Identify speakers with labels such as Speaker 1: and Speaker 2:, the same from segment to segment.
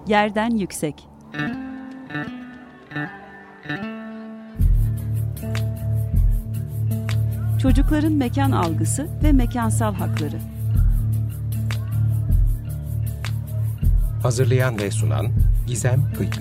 Speaker 1: Yerden yüksek. Çocukların mekan algısı ve mekansal hakları.
Speaker 2: Hazırlayan ve sunan Gizem Kıykı.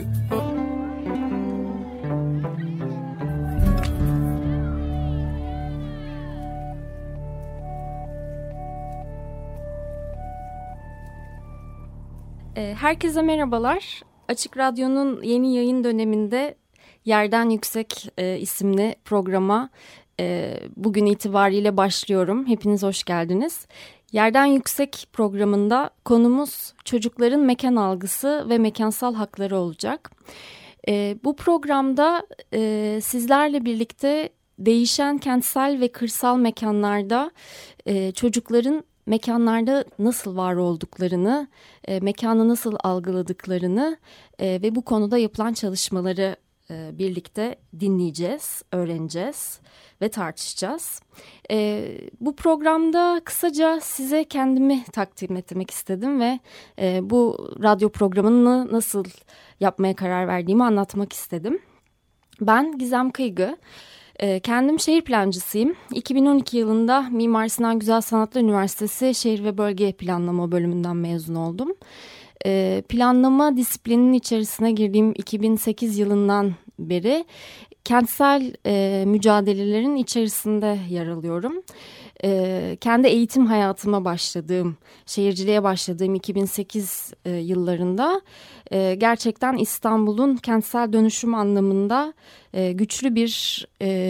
Speaker 3: Herkese merhabalar. Açık Radyo'nun yeni yayın döneminde Yerden Yüksek isimli programa bugün itibariyle başlıyorum. Hepiniz hoş geldiniz. Yerden Yüksek programında konumuz çocukların mekan algısı ve mekansal hakları olacak. Bu programda sizlerle birlikte değişen kentsel ve kırsal mekanlarda çocukların mekanlarda nasıl var olduklarını, mekanı nasıl algıladıklarını ve bu konuda yapılan çalışmaları birlikte dinleyeceğiz, öğreneceğiz ve tartışacağız. Bu programda kısaca size kendimi takdim etmek istedim ve bu radyo programını nasıl yapmaya karar verdiğimi anlatmak istedim. Ben Gizem Kıygı. Kendim şehir plancısıyım. 2012 yılında Mimar Sinan Güzel Sanatlar Üniversitesi Şehir ve Bölge Planlama bölümünden mezun oldum. Planlama disiplininin içerisine girdiğim 2008 yılından beri kentsel mücadelelerin içerisinde yer alıyorum. Kendi eğitim hayatıma başladığım, şehirciliğe başladığım 2008 yıllarında gerçekten İstanbul'un kentsel dönüşüm anlamında güçlü bir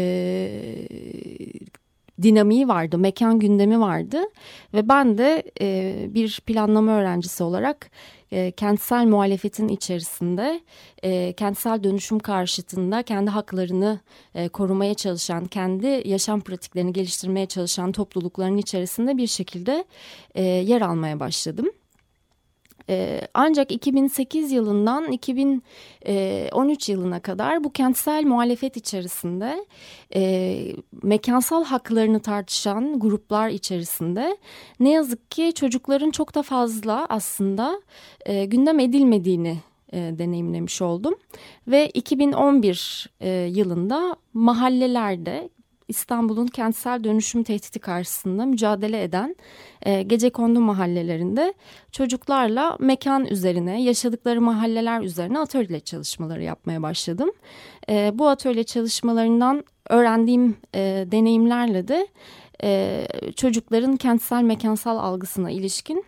Speaker 3: dinamiği vardı, mekan gündemi vardı ve ben de bir planlama öğrencisi olarak kentsel muhalefetin içerisinde kentsel dönüşüm karşıtında kendi haklarını korumaya çalışan, kendi yaşam pratiklerini geliştirmeye çalışan toplulukların içerisinde bir şekilde yer almaya başladım. Ancak 2008 yılından 2013 yılına kadar bu kentsel muhalefet içerisinde mekansal haklarını tartışan gruplar içerisinde ne yazık ki çocukların çok da fazla aslında gündem edilmediğini deneyimlemiş oldum. Ve 2011 yılında mahallelerde İstanbul'un kentsel dönüşüm tehdidi karşısında mücadele eden gecekondu mahallelerinde çocuklarla mekan üzerine, yaşadıkları mahalleler üzerine atölye çalışmaları yapmaya başladım. Bu atölye çalışmalarından öğrendiğim deneyimlerle de çocukların kentsel mekansal algısına ilişkin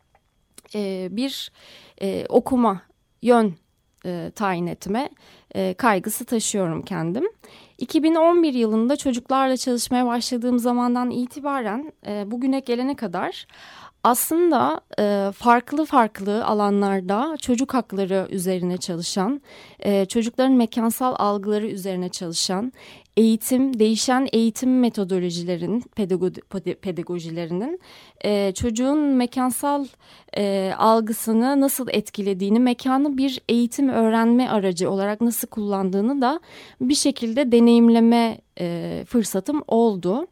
Speaker 3: bir okuma, yön tayin etme kaygısı taşıyorum kendim. 2011 yılında çocuklarla çalışmaya başladığım zamandan itibaren bugüne gelene kadar aslında farklı alanlarda çocuk hakları üzerine çalışan, çocukların mekansal algıları üzerine çalışan, değişen eğitim metodolojilerinin, pedagojilerinin çocuğun mekansal algısını nasıl etkilediğini, mekanı bir eğitim öğrenme aracı olarak nasıl kullandığını da bir şekilde deneyimleme fırsatım oldu.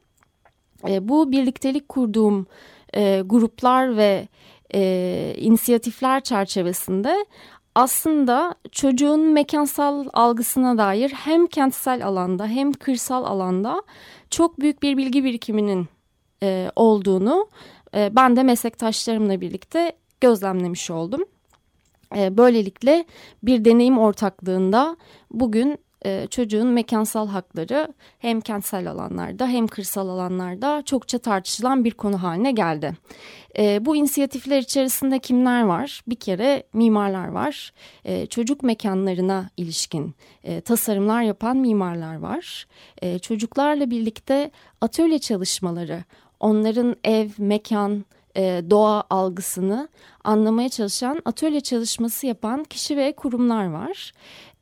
Speaker 3: Bu birliktelik kurduğum gruplar ve inisiyatifler çerçevesinde aslında çocuğun mekansal algısına dair hem kentsel alanda hem kırsal alanda çok büyük bir bilgi birikiminin olduğunu ben de meslektaşlarımla birlikte gözlemlemiş oldum. Böylelikle bir deneyim ortaklığında bugün çocuğun mekansal hakları hem kentsel alanlarda hem kırsal alanlarda çokça tartışılan bir konu haline geldi. Bu inisiyatifler içerisinde kimler var? Bir kere mimarlar var. Çocuk mekanlarına ilişkin tasarımlar yapan mimarlar var. Çocuklarla birlikte atölye çalışmaları, onların ev, mekan, doğa algısını anlamaya çalışan atölye çalışması yapan kişi ve kurumlar var.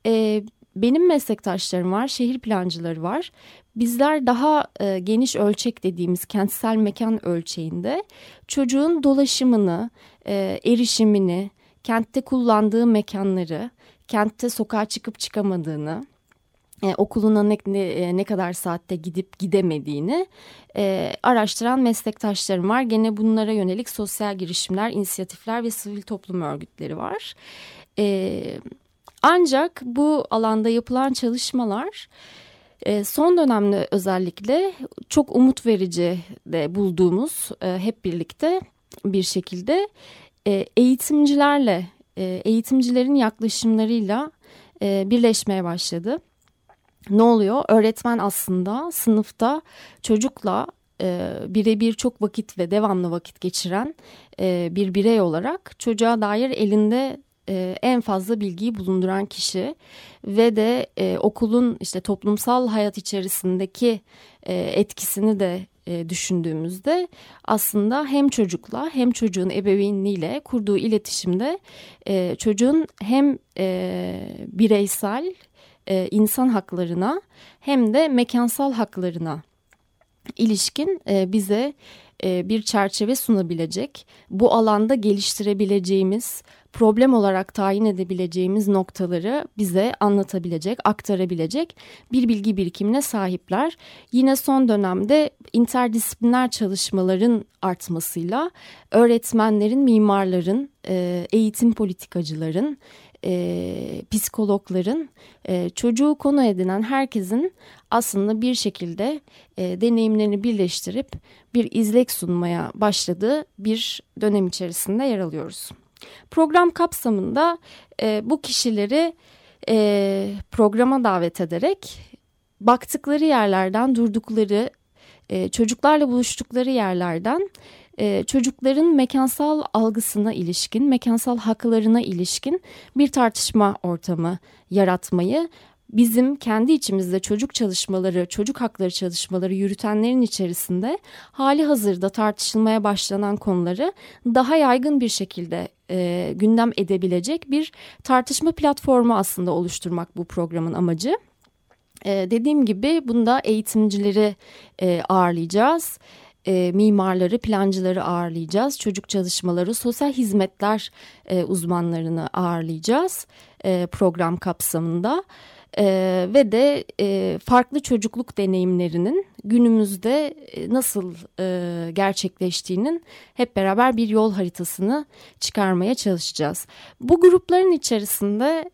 Speaker 3: Benim meslektaşlarım var, şehir plancıları var. Bizler daha geniş ölçek dediğimiz kentsel mekan ölçeğinde çocuğun dolaşımını, erişimini, kentte kullandığı mekanları, kentte sokağa çıkıp çıkamadığını, okuluna ne kadar saatte gidip gidemediğini araştıran meslektaşlarım var. Gene bunlara yönelik sosyal girişimler, inisiyatifler ve sivil toplum örgütleri var. Ancak bu alanda yapılan çalışmalar son dönemde özellikle çok umut verici de bulduğumuz hep birlikte bir şekilde eğitimcilerle, eğitimcilerin yaklaşımlarıyla birleşmeye başladı. Ne oluyor? Öğretmen aslında sınıfta çocukla birebir çok vakit ve devamlı vakit geçiren bir birey olarak çocuğa dair elinde en fazla bilgiyi bulunduran kişi ve de okulun işte toplumsal hayat içerisindeki etkisini de düşündüğümüzde aslında hem çocukla hem çocuğun ebeveynliğiyle kurduğu iletişimde çocuğun hem bireysel insan haklarına hem de mekansal haklarına ilişkin bize bir çerçeve sunabilecek, bu alanda geliştirebileceğimiz, problem olarak tayin edebileceğimiz noktaları bize anlatabilecek, aktarabilecek bir bilgi birikimine sahipler. Yine son dönemde interdisipliner çalışmaların artmasıyla öğretmenlerin, mimarların, eğitim politikacıların, psikologların, çocuğu konu edinen herkesin aslında bir şekilde deneyimlerini birleştirip bir izlek sunmaya başladığı bir dönem içerisinde yer alıyoruz. Program kapsamında bu kişileri programa davet ederek baktıkları yerlerden, durdukları, çocuklarla buluştukları yerlerden çocukların mekansal algısına ilişkin, mekansal haklarına ilişkin bir tartışma ortamı yaratmayı, bizim kendi içimizde çocuk çalışmaları, çocuk hakları çalışmaları yürütenlerin içerisinde hali hazırda tartışılmaya başlanan konuları daha yaygın bir şekilde gündem edebilecek bir tartışma platformu aslında oluşturmak bu programın amacı. Dediğim gibi bunda eğitimcileri ağırlayacağız. Mimarları, plancıları ağırlayacağız. Çocuk çalışmaları, sosyal hizmetler uzmanlarını ağırlayacağız program kapsamında. Ve de farklı çocukluk deneyimlerinin günümüzde nasıl gerçekleştiğinin hep beraber bir yol haritasını çıkarmaya çalışacağız. Bu grupların içerisinde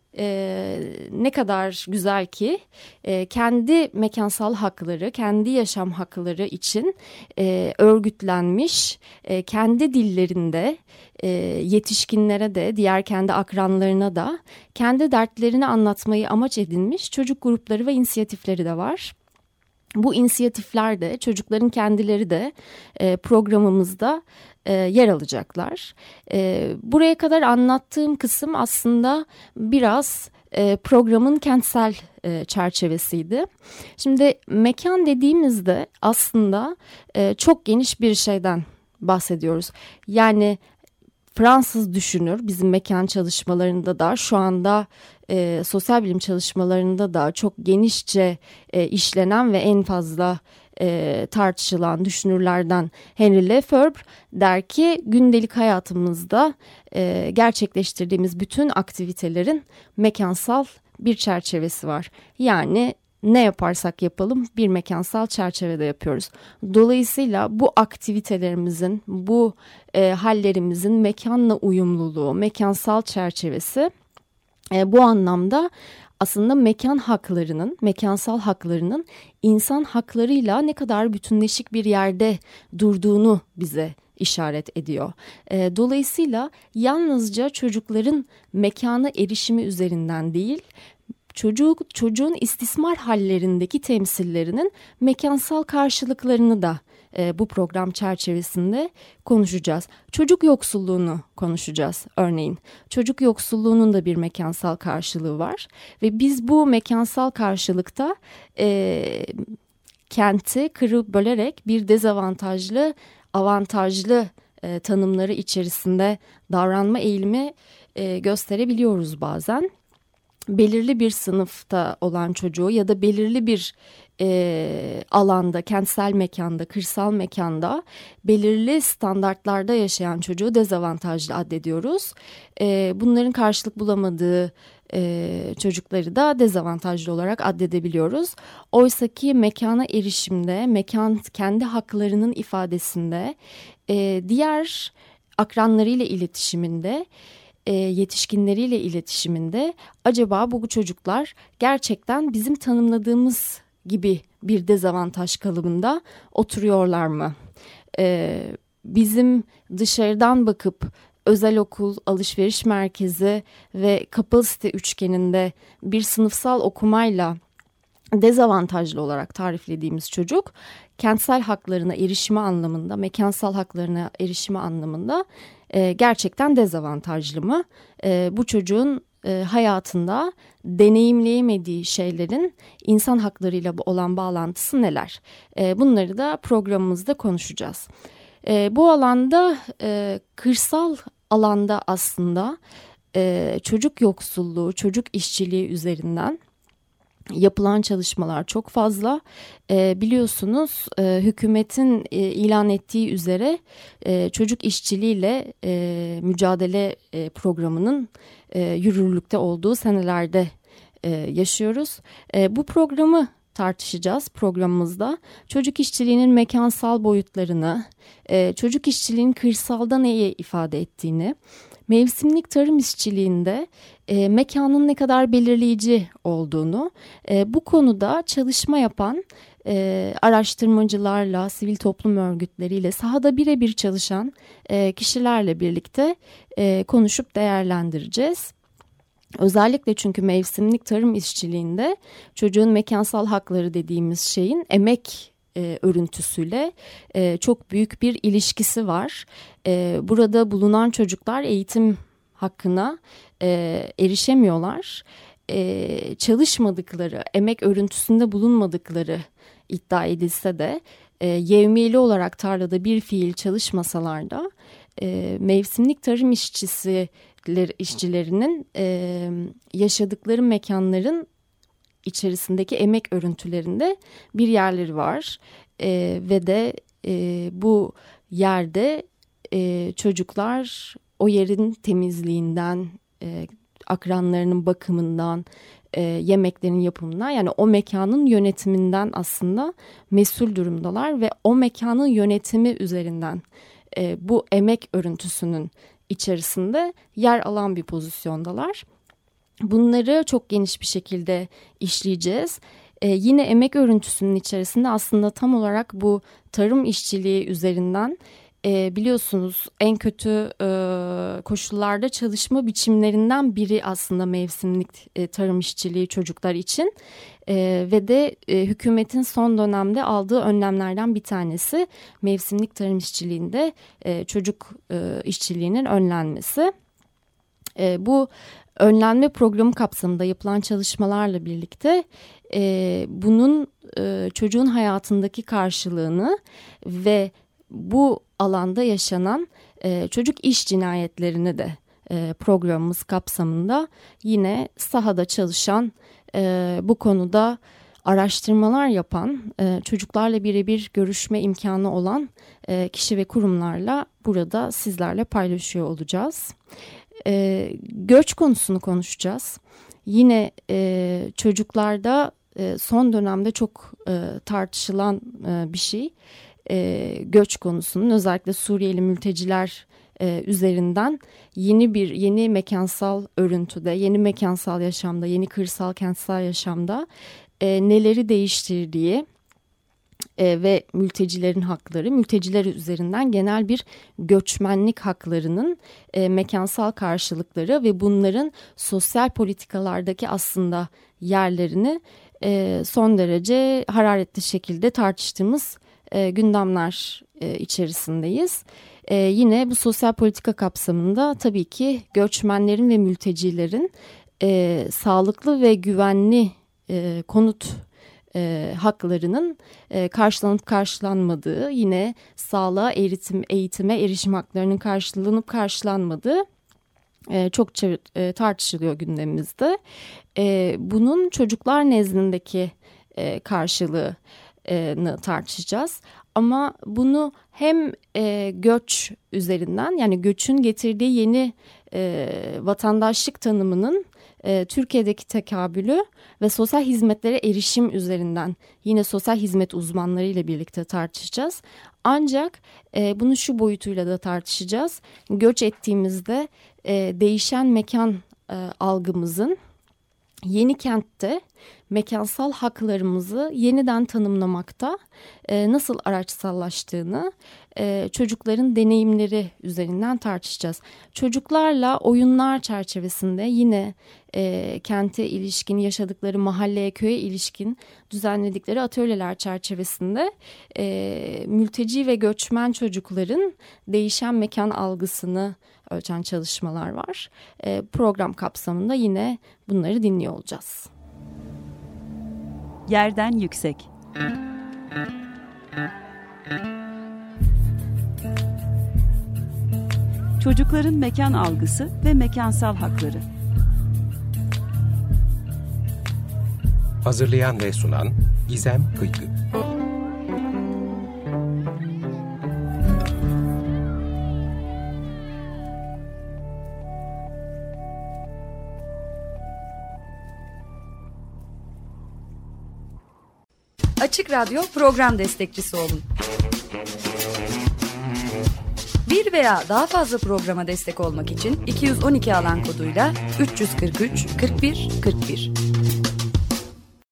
Speaker 3: ne kadar güzel ki kendi mekansal hakları, kendi yaşam hakları için örgütlenmiş, kendi dillerinde yetişkinlere de diğer kendi akranlarına da kendi dertlerini anlatmayı amaç edinmiş çocuk grupları ve inisiyatifleri de var. Bu inisiyatifler de çocukların kendileri de programımızda yer alacaklar. Buraya kadar anlattığım kısım aslında biraz programın kentsel çerçevesiydi. Şimdi mekan dediğimizde aslında çok geniş bir şeyden bahsediyoruz. Yani Fransız düşünür bizim mekan çalışmalarında da şu anda sosyal bilim çalışmalarında da çok genişçe işlenen ve en fazla tartışılan düşünürlerden Henri Lefebvre der ki gündelik hayatımızda gerçekleştirdiğimiz bütün aktivitelerin mekansal bir çerçevesi var. Yani ne yaparsak yapalım bir mekansal çerçevede yapıyoruz. Dolayısıyla bu aktivitelerimizin, bu hallerimizin mekanla uyumluluğu, mekansal çerçevesi bu anlamda aslında mekan haklarının, mekansal haklarının insan haklarıyla ne kadar bütünleşik bir yerde durduğunu bize işaret ediyor. Dolayısıyla yalnızca çocukların mekana erişimi üzerinden değil, çocuğun istismar hallerindeki temsillerinin mekansal karşılıklarını da bu program çerçevesinde konuşacağız. Çocuk yoksulluğunu konuşacağız örneğin. Çocuk yoksulluğunun da bir mekansal karşılığı var ve biz bu mekansal karşılıkta kenti kırıp bölerek bir dezavantajlı, avantajlı tanımları içerisinde davranma eğilimi gösterebiliyoruz bazen. Belirli bir sınıfta olan çocuğu ya da belirli bir alanda, kentsel mekanda, kırsal mekanda belirli standartlarda yaşayan çocuğu dezavantajlı addediyoruz. Bunların karşılık bulamadığı çocukları da dezavantajlı olarak addedebiliyoruz. Oysa ki mekana erişimde, mekan kendi haklarının ifadesinde, diğer akranlarıyla iletişiminde yetişkinleriyle iletişiminde acaba bu çocuklar gerçekten bizim tanımladığımız gibi bir dezavantaj kalıbında oturuyorlar mı? Bizim dışarıdan bakıp özel okul, alışveriş merkezi ve kapalı site üçgeninde bir sınıfsal okumayla dezavantajlı olarak tariflediğimiz çocuk kentsel haklarına erişimi anlamında, mekansal haklarına erişimi anlamında gerçekten dezavantajlı mı? Bu çocuğun hayatında deneyimleyemediği şeylerin insan haklarıyla olan bağlantısı neler? Bunları da programımızda konuşacağız. Bu alanda kırsal alanda aslında çocuk yoksulluğu, çocuk işçiliği üzerinden yapılan çalışmalar çok fazla. Biliyorsunuz hükümetin ilan ettiği üzere çocuk işçiliğiyle mücadele programının yürürlükte olduğu senelerde yaşıyoruz. Bu programı tartışacağız programımızda. Çocuk işçiliğinin mekansal boyutlarını, çocuk işçiliğinin kırsalda neye ifade ettiğini, mevsimlik tarım işçiliğinde mekanın ne kadar belirleyici olduğunu, bu konuda çalışma yapan araştırmacılarla, sivil toplum örgütleriyle, sahada birebir çalışan kişilerle birlikte konuşup değerlendireceğiz. Özellikle çünkü mevsimlik tarım işçiliğinde çocuğun mekansal hakları dediğimiz şeyin emek örüntüsüyle çok büyük bir ilişkisi var. Burada bulunan çocuklar eğitim hakkına erişemiyorlar. Çalışmadıkları, emek örüntüsünde bulunmadıkları iddia edilse de yevmiyeli olarak tarlada bir fiil çalışmasalar da mevsimlik tarım işçilerinin yaşadıkları mekanların içerisindeki emek örüntülerinde bir yerleri var ve de bu yerde çocuklar o yerin temizliğinden, akranlarının bakımından, yemeklerin yapımından, yani o mekanın yönetiminden aslında mesul durumdalar ve o mekanın yönetimi üzerinden bu emek örüntüsünün içerisinde yer alan bir pozisyondalar. Bunları çok geniş bir şekilde işleyeceğiz. Yine emek örüntüsünün içerisinde aslında tam olarak bu tarım işçiliği üzerinden biliyorsunuz en kötü koşullarda çalışma biçimlerinden biri aslında mevsimlik tarım işçiliği çocuklar için. Ve de hükümetin son dönemde aldığı önlemlerden bir tanesi mevsimlik tarım işçiliğinde çocuk işçiliğinin önlenmesi. Bu önlenme programı kapsamında yapılan çalışmalarla birlikte bunun çocuğun hayatındaki karşılığını ve bu alanda yaşanan çocuk iş cinayetlerini de programımız kapsamında yine sahada çalışan, bu konuda araştırmalar yapan, çocuklarla birebir görüşme imkanı olan kişi ve kurumlarla burada sizlerle paylaşıyor olacağız. Göç konusunu konuşacağız. Yine çocuklarda son dönemde çok tartışılan bir şey. Göç konusunun özellikle Suriyeli mülteciler üzerinden yeni mekansal örüntüde, yeni mekansal yaşamda, yeni kırsal kentsel yaşamda neleri değiştirdiği ve mültecilerin hakları, mülteciler üzerinden genel bir göçmenlik haklarının mekansal karşılıkları ve bunların sosyal politikalardaki aslında yerlerini son derece hararetli şekilde tartıştığımız gündemler içerisindeyiz. Yine bu sosyal politika kapsamında tabii ki göçmenlerin ve mültecilerin sağlıklı ve güvenli konut haklarının karşılanıp karşılanmadığı, yine sağlığa, eğitime erişim haklarının karşılanıp karşılanmadığı çokça tartışılıyor gündemimizde. Bunun çocuklar nezdindeki karşılığını tartışacağız. Ama bunu hem göç üzerinden, yani göçün getirdiği yeni vatandaşlık tanımının Türkiye'deki tekabülü ve sosyal hizmetlere erişim üzerinden yine sosyal hizmet uzmanlarıyla birlikte tartışacağız. Ancak bunu şu boyutuyla da tartışacağız. Göç ettiğimizde değişen mekan algımızın yeni kentte mekansal haklarımızı yeniden tanımlamakta nasıl araçsallaştığını çocukların deneyimleri üzerinden tartışacağız. Çocuklarla oyunlar çerçevesinde yine kente ilişkin, yaşadıkları mahalleye, köye ilişkin düzenledikleri atölyeler çerçevesinde mülteci ve göçmen çocukların değişen mekan algısını ölçen çalışmalar var. Program kapsamında yine bunları dinliyor olacağız.
Speaker 1: Yerden yüksek. Çocukların mekan algısı ve mekansal hakları.
Speaker 2: Hazırlayan ve sunan Gizem Kıykı.
Speaker 4: Açık Radyo program destekçisi olun. Bir veya daha fazla programa destek olmak için 212 alan koduyla 343 41 41.